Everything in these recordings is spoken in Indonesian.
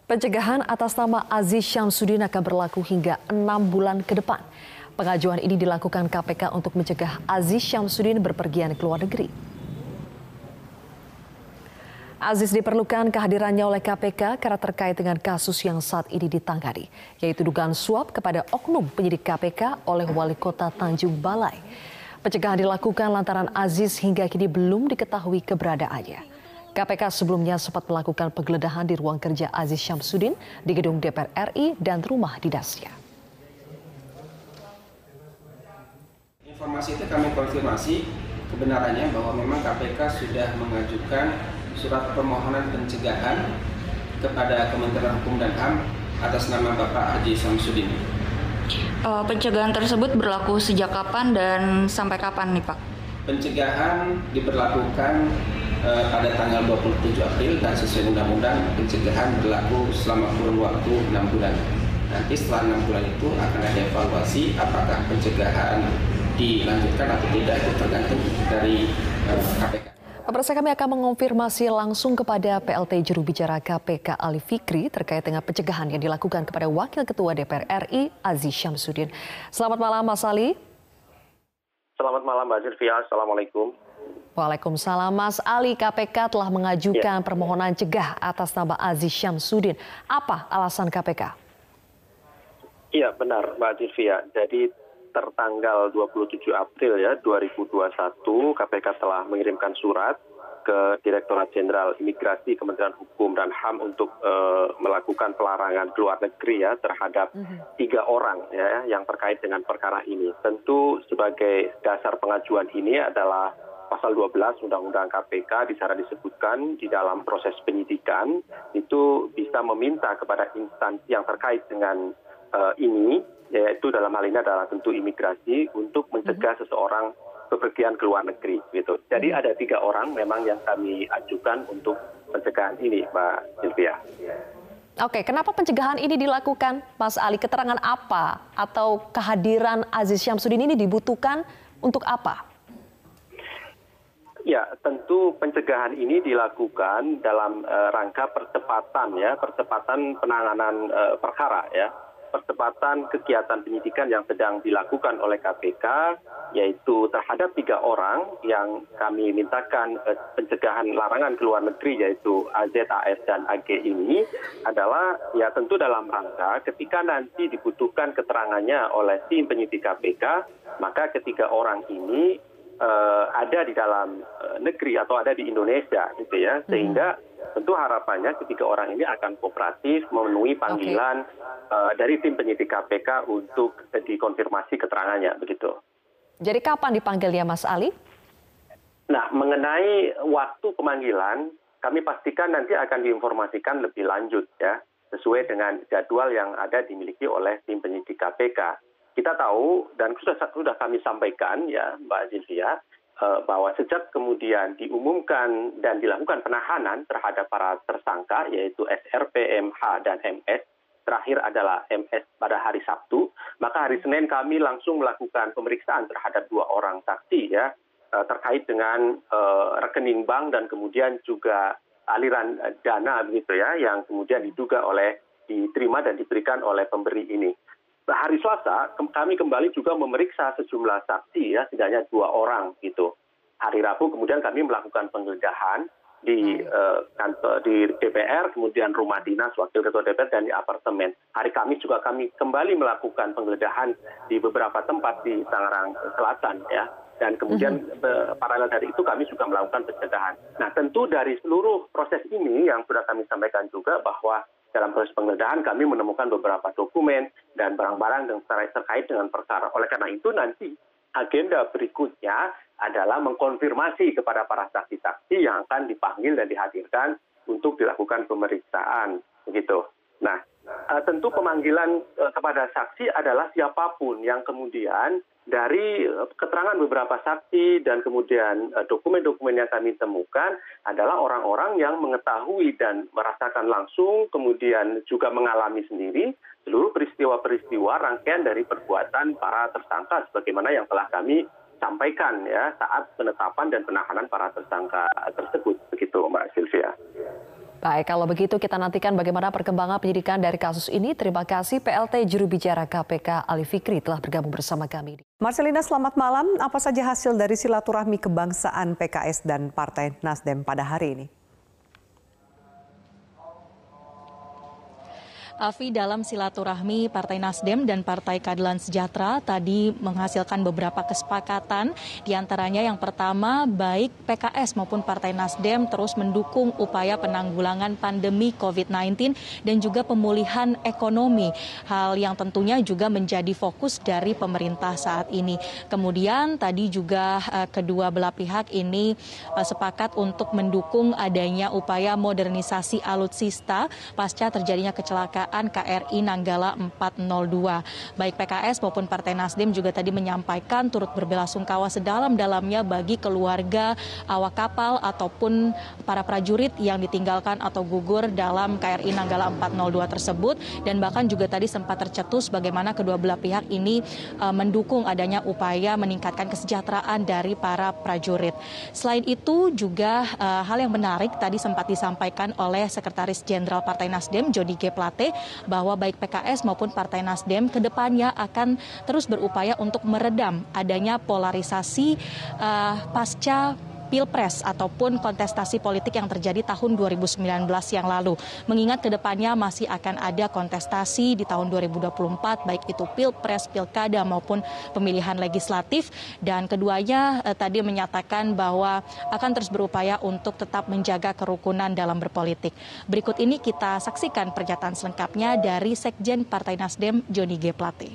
Pencegahan atas nama Aziz Syamsuddin akan berlaku hingga 6 bulan ke depan. Pengajuan ini dilakukan KPK untuk mencegah Aziz Syamsuddin berpergian ke luar negeri. Aziz diperlukan kehadirannya oleh KPK karena terkait dengan kasus yang saat ini ditangani, yaitu dugaan suap kepada oknum penyidik KPK oleh Wali Kota Tanjung Balai. Pencegahan dilakukan lantaran Aziz hingga kini belum diketahui keberadaannya. KPK sebelumnya sempat melakukan penggeledahan di ruang kerja Aziz Syamsuddin di gedung DPR RI dan rumah dinasnya. Informasi itu kami konfirmasi kebenarannya bahwa memang KPK sudah mengajukan surat permohonan pencegahan kepada Kementerian Hukum dan HAM atas nama Bapak Aziz Syamsuddin. Pencegahan tersebut berlaku sejak kapan dan sampai kapan nih Pak? Pencegahan diberlakukan pada tanggal 27 April dan sesuai undang-undang pencegahan berlaku selama kurun waktu 6 bulan. Nanti setelah 6 bulan itu akan ada evaluasi apakah pencegahan dilanjutkan atau tidak, itu tergantung dari KPK. Pemirsa, kami akan mengonfirmasi langsung kepada PLT juru bicara KPK Ali Fikri terkait dengan pencegahan yang dilakukan kepada Wakil Ketua DPR RI Aziz Syamsuddin. Selamat malam Mas Ali. Selamat malam Mbak Zilvia, Assalamualaikum. Waalaikumsalam. Mas Ali, KPK telah mengajukan permohonan cegah atas nama Aziz Syamsuddin. Apa alasan KPK? Iya benar Mbak Zilvia. Jadi tertanggal 27 April 2021 KPK telah mengirimkan surat ke Direktorat Jenderal Imigrasi Kementerian Hukum dan HAM untuk melakukan pelarangan keluar negeri terhadap 3 orang yang terkait dengan perkara ini. Tentu sebagai dasar pengajuan ini adalah Pasal 12 Undang-Undang KPK, di sana disebutkan di dalam proses penyidikan itu bisa meminta kepada instansi yang terkait dengan ini, yaitu dalam hal ini adalah tentu imigrasi, untuk mencegah seseorang bepergian ke luar negeri. Gitu. Jadi ada 3 orang memang yang kami ajukan untuk pencegahan ini, Mbak Sylvia. Oke, kenapa pencegahan ini dilakukan, Mas Ali? Keterangan apa atau kehadiran Aziz Syamsuddin ini dibutuhkan untuk apa? Ya, tentu pencegahan ini dilakukan dalam rangka percepatan penanganan perkara percepatan kegiatan penyidikan yang sedang dilakukan oleh KPK, yaitu terhadap 3 orang yang kami mintakan pencegahan larangan ke luar negeri, yaitu AZ, AS, dan AG ini adalah tentu dalam rangka ketika nanti dibutuhkan keterangannya oleh tim penyidik KPK, maka ketiga orang ini ada di dalam negeri atau ada di Indonesia gitu ya, sehingga tentu harapannya ketiga orang ini akan kooperatif memenuhi panggilan dari tim penyidik KPK untuk dikonfirmasi keterangannya begitu. Jadi kapan dipanggilnya Mas Ali? Nah, mengenai waktu pemanggilan kami pastikan nanti akan diinformasikan lebih lanjut sesuai dengan jadwal yang ada dimiliki oleh tim penyidik KPK. Kita tahu dan sudah kami sampaikan Mbak Zilvia, bahwa sejak kemudian diumumkan dan dilakukan penahanan terhadap para tersangka yaitu SR, PMH, dan MS, terakhir adalah MS pada hari Sabtu, maka hari Senin kami langsung melakukan pemeriksaan terhadap 2 orang saksi terkait dengan rekening bank dan kemudian juga aliran dana begitu yang kemudian diduga diterima dan diberikan oleh pemberi ini. Hari Selasa kami kembali juga memeriksa sejumlah saksi setidaknya 2 orang gitu. Hari Rabu kemudian kami melakukan penggeledahan di DPR, kemudian rumah dinas Wakil Ketua DPR, dan di apartemen. Hari Kamis juga kami kembali melakukan penggeledahan di beberapa tempat di Tangerang Selatan Dan kemudian paralel dari itu kami juga melakukan pencegahan. Nah, tentu dari seluruh proses ini yang sudah kami sampaikan juga bahwa dalam proses penggeledahan kami menemukan beberapa dokumen dan barang-barang yang terkait dengan perkara. Oleh karena itu nanti agenda berikutnya adalah mengkonfirmasi kepada para saksi-saksi yang akan dipanggil dan dihadirkan untuk dilakukan pemeriksaan. Begitu. Nah, tentu pemanggilan kepada saksi adalah siapapun yang kemudian dari keterangan beberapa saksi dan kemudian dokumen-dokumen yang kami temukan adalah orang-orang yang mengetahui dan merasakan langsung, kemudian juga mengalami sendiri seluruh peristiwa-peristiwa rangkaian dari perbuatan para tersangka sebagaimana yang telah kami sampaikan saat penetapan dan penahanan para tersangka tersebut. Begitu Mbak Sylvia. Baik, kalau begitu kita nantikan bagaimana perkembangan penyidikan dari kasus ini. Terima kasih PLT Juru Bicara KPK Ali Fikri telah bergabung bersama kami. Marcelina, selamat malam. Apa saja hasil dari silaturahmi kebangsaan PKS dan Partai Nasdem pada hari ini? Afi, dalam silaturahmi Partai Nasdem dan Partai Keadilan Sejahtera tadi menghasilkan beberapa kesepakatan. Di antaranya yang pertama, baik PKS maupun Partai Nasdem terus mendukung upaya penanggulangan pandemi COVID-19 dan juga pemulihan ekonomi. Hal yang tentunya juga menjadi fokus dari pemerintah saat ini. Kemudian tadi juga kedua belah pihak ini sepakat untuk mendukung adanya upaya modernisasi alutsista pasca terjadinya kecelakaan KRI Nanggala 402. Baik PKS maupun Partai Nasdem juga tadi menyampaikan turut berbelasungkawa sedalam-dalamnya bagi keluarga awak kapal ataupun para prajurit yang ditinggalkan atau gugur dalam KRI Nanggala 402 tersebut, dan bahkan juga tadi sempat tercetus bagaimana kedua belah pihak ini mendukung adanya upaya meningkatkan kesejahteraan dari para prajurit. Selain itu juga hal yang menarik tadi sempat disampaikan oleh Sekretaris Jenderal Partai Nasdem Jody G. Plate bahwa baik PKS maupun Partai Nasdem kedepannya akan terus berupaya untuk meredam adanya polarisasi pasca Pilpres ataupun kontestasi politik yang terjadi tahun 2019 yang lalu. Mengingat kedepannya masih akan ada kontestasi di tahun 2024, baik itu Pilpres, Pilkada maupun pemilihan legislatif. Dan keduanya tadi menyatakan bahwa akan terus berupaya untuk tetap menjaga kerukunan dalam berpolitik. Berikut ini kita saksikan pernyataan selengkapnya dari Sekjen Partai Nasdem Jody G. Plate.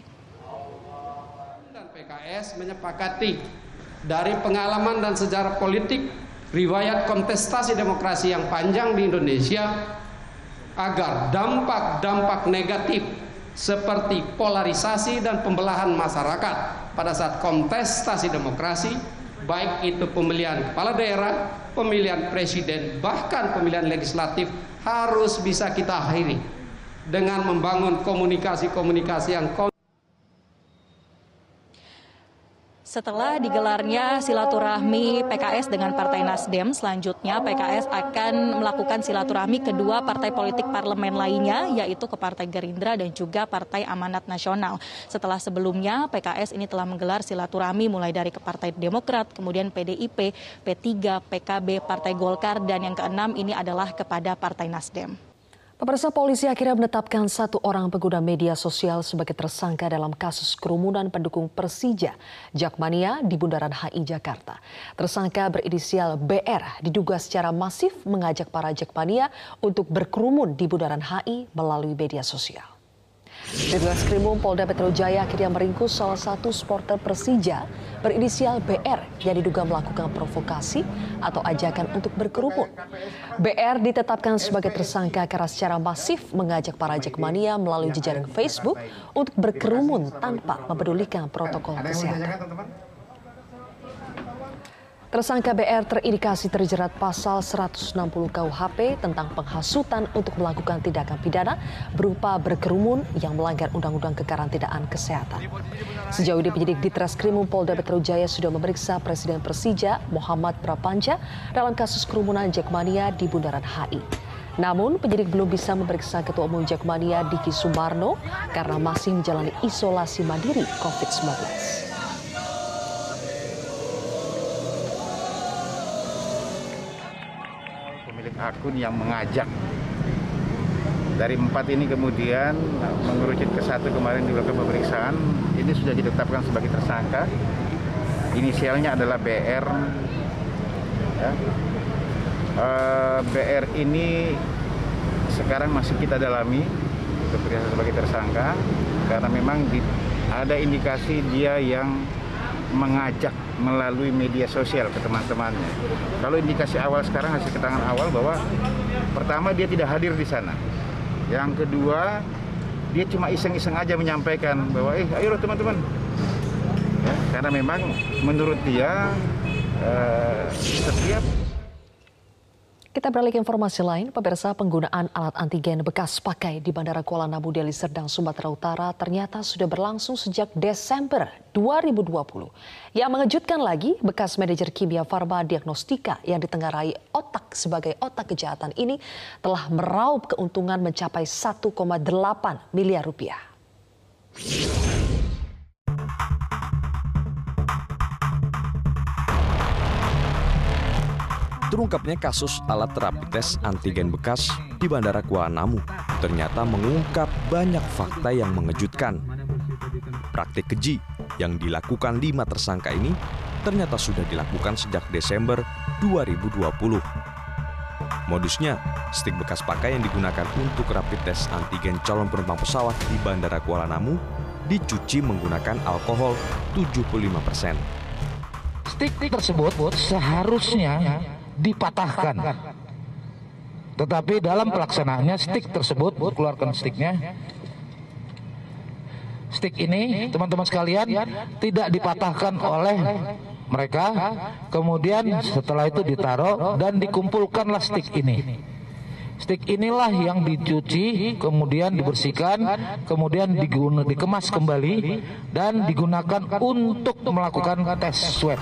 Dan PKS menyepakati dari pengalaman dan sejarah politik riwayat kontestasi demokrasi yang panjang di Indonesia agar dampak-dampak negatif seperti polarisasi dan pembelahan masyarakat pada saat kontestasi demokrasi, baik itu pemilihan kepala daerah, pemilihan presiden, bahkan pemilihan legislatif, harus bisa kita akhiri dengan membangun komunikasi-komunikasi yang Setelah digelarnya silaturahmi PKS dengan Partai Nasdem, selanjutnya PKS akan melakukan silaturahmi kedua partai politik parlemen lainnya, yaitu ke Partai Gerindra dan juga Partai Amanat Nasional. Setelah sebelumnya PKS ini telah menggelar silaturahmi mulai dari ke Partai Demokrat, kemudian PDIP, P3, PKB, Partai Golkar, dan yang keenam ini adalah kepada Partai Nasdem. Pemirsa, polisi akhirnya menetapkan satu orang pengguna media sosial sebagai tersangka dalam kasus kerumunan pendukung Persija Jakmania di Bundaran HI Jakarta. Tersangka berinisial BR diduga secara masif mengajak para Jakmania untuk berkerumun di Bundaran HI melalui media sosial. Ditreskrimum Polda Metro Jaya akhirnya meringkus salah satu supporter Persija berinisial BR yang diduga melakukan provokasi atau ajakan untuk berkerumun. BR ditetapkan sebagai tersangka karena secara masif mengajak para Jakmania melalui jejaring Facebook untuk berkerumun tanpa mempedulikan protokol kesehatan. Tersangka BR terindikasi terjerat pasal 160 KUHP tentang penghasutan untuk melakukan tindakan pidana berupa berkerumun yang melanggar Undang-Undang Kekarantinaan Kesehatan. Sejauh ini penyidik Ditreskrimum Polda Metro Jaya sudah memeriksa Presiden Persija Muhammad Prapanja dalam kasus kerumunan Jakmania di Bundaran HI. Namun penyidik belum bisa memeriksa Ketua Umum Jakmania Diki Sumarno karena masih menjalani isolasi mandiri COVID-19. Akun yang mengajak. Dari 4 ini kemudian mengerucut ke 1 kemarin dilakukan pemeriksaan. Ini sudah ditetapkan sebagai tersangka. Inisialnya adalah BR. Ya. BR ini sekarang masih kita dalami sebagai tersangka karena memang ada indikasi dia yang mengajak melalui media sosial ke teman-temannya. Kalau indikasi awal sekarang, hasil keterangan awal bahwa pertama dia tidak hadir di sana. Yang kedua, dia cuma iseng-iseng aja menyampaikan bahwa ayo teman-teman. Ya, karena memang menurut dia setiap Kita beralih ke informasi lain, pemirsa. Penggunaan alat antigen bekas pakai di Bandara Kuala Namu, Deli Serdang, Sumatera Utara ternyata sudah berlangsung sejak Desember 2020. Yang mengejutkan lagi, bekas manajer kimia farma diagnostika yang ditengarai otak sebagai otak kejahatan ini telah meraup keuntungan mencapai 1,8 miliar rupiah. Terungkapnya kasus alat rapid test antigen bekas di Bandara Kuala Namu ternyata mengungkap banyak fakta yang mengejutkan. Praktik keji yang dilakukan 5 tersangka ini ternyata sudah dilakukan sejak Desember 2020. Modusnya, stik bekas pakai yang digunakan untuk rapid test antigen calon penumpang pesawat di Bandara Kuala Namu dicuci menggunakan alkohol 75%. Stik tersebut seharusnya dipatahkan. Tetapi dalam pelaksanaannya stik tersebut, keluarkan stiknya. Stik ini, teman-teman sekalian, tidak dipatahkan oleh mereka. Kemudian setelah itu ditaruh dan dikumpulkanlah stik ini. Stik inilah yang dicuci, kemudian dibersihkan, kemudian dikemas kembali dan digunakan untuk melakukan tes swab.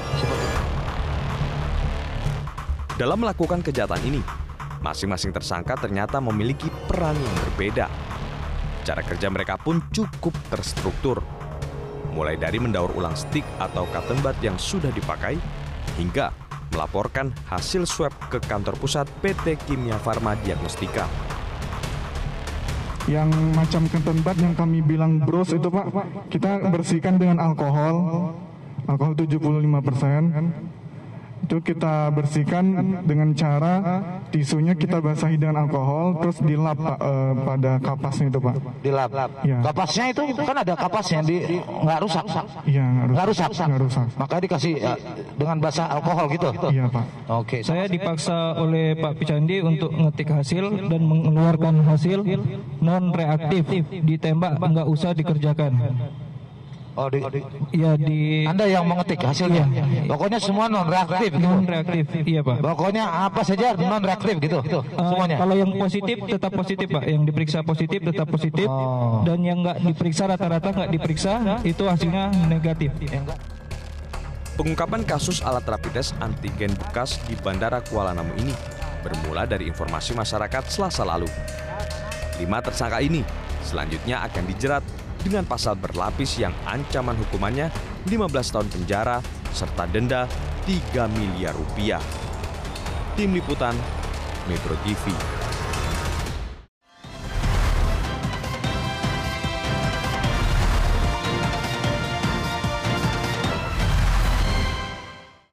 Dalam melakukan kejahatan ini, masing-masing tersangka ternyata memiliki peran yang berbeda. Cara kerja mereka pun cukup terstruktur. Mulai dari mendaur ulang stik atau cotton bud yang sudah dipakai, hingga melaporkan hasil swab ke kantor pusat PT Kimia Farma Diagnostika. Yang macam cotton bud yang kami bilang bros itu Pak, kita bersihkan dengan alkohol 75%. Itu kita bersihkan dengan cara tisunya kita basahi dengan alkohol, terus dilap Pak, pada kapasnya itu Pak. Dilap. Ya. Kapasnya itu kan ada kapasnya nggak rusak. Iya, nggak rusak. Makanya dikasih dengan basah alkohol gitu. Iya Pak. Oke. Saya dipaksa oleh Pak Picandi untuk ngetik hasil dan mengeluarkan hasil non reaktif, ditembak nggak usah dikerjakan. Anda yang mengetik hasilnya. Pokoknya semua non reaktif. Non reaktif, iya Pak. Pokoknya apa saja non reaktif gitu. Semuanya. Kalau yang positif tetap positif Pak. Yang diperiksa positif tetap positif. Dan yang nggak diperiksa rata-rata nggak diperiksa itu hasilnya negatif. Pengungkapan kasus alat rapid test antigen bekas di Bandara Kuala Namu ini bermula dari informasi masyarakat Selasa lalu. 5 tersangka ini selanjutnya akan dijerat dengan pasal berlapis yang ancaman hukumannya 15 tahun penjara serta denda 3 miliar rupiah. Tim Liputan Metro TV.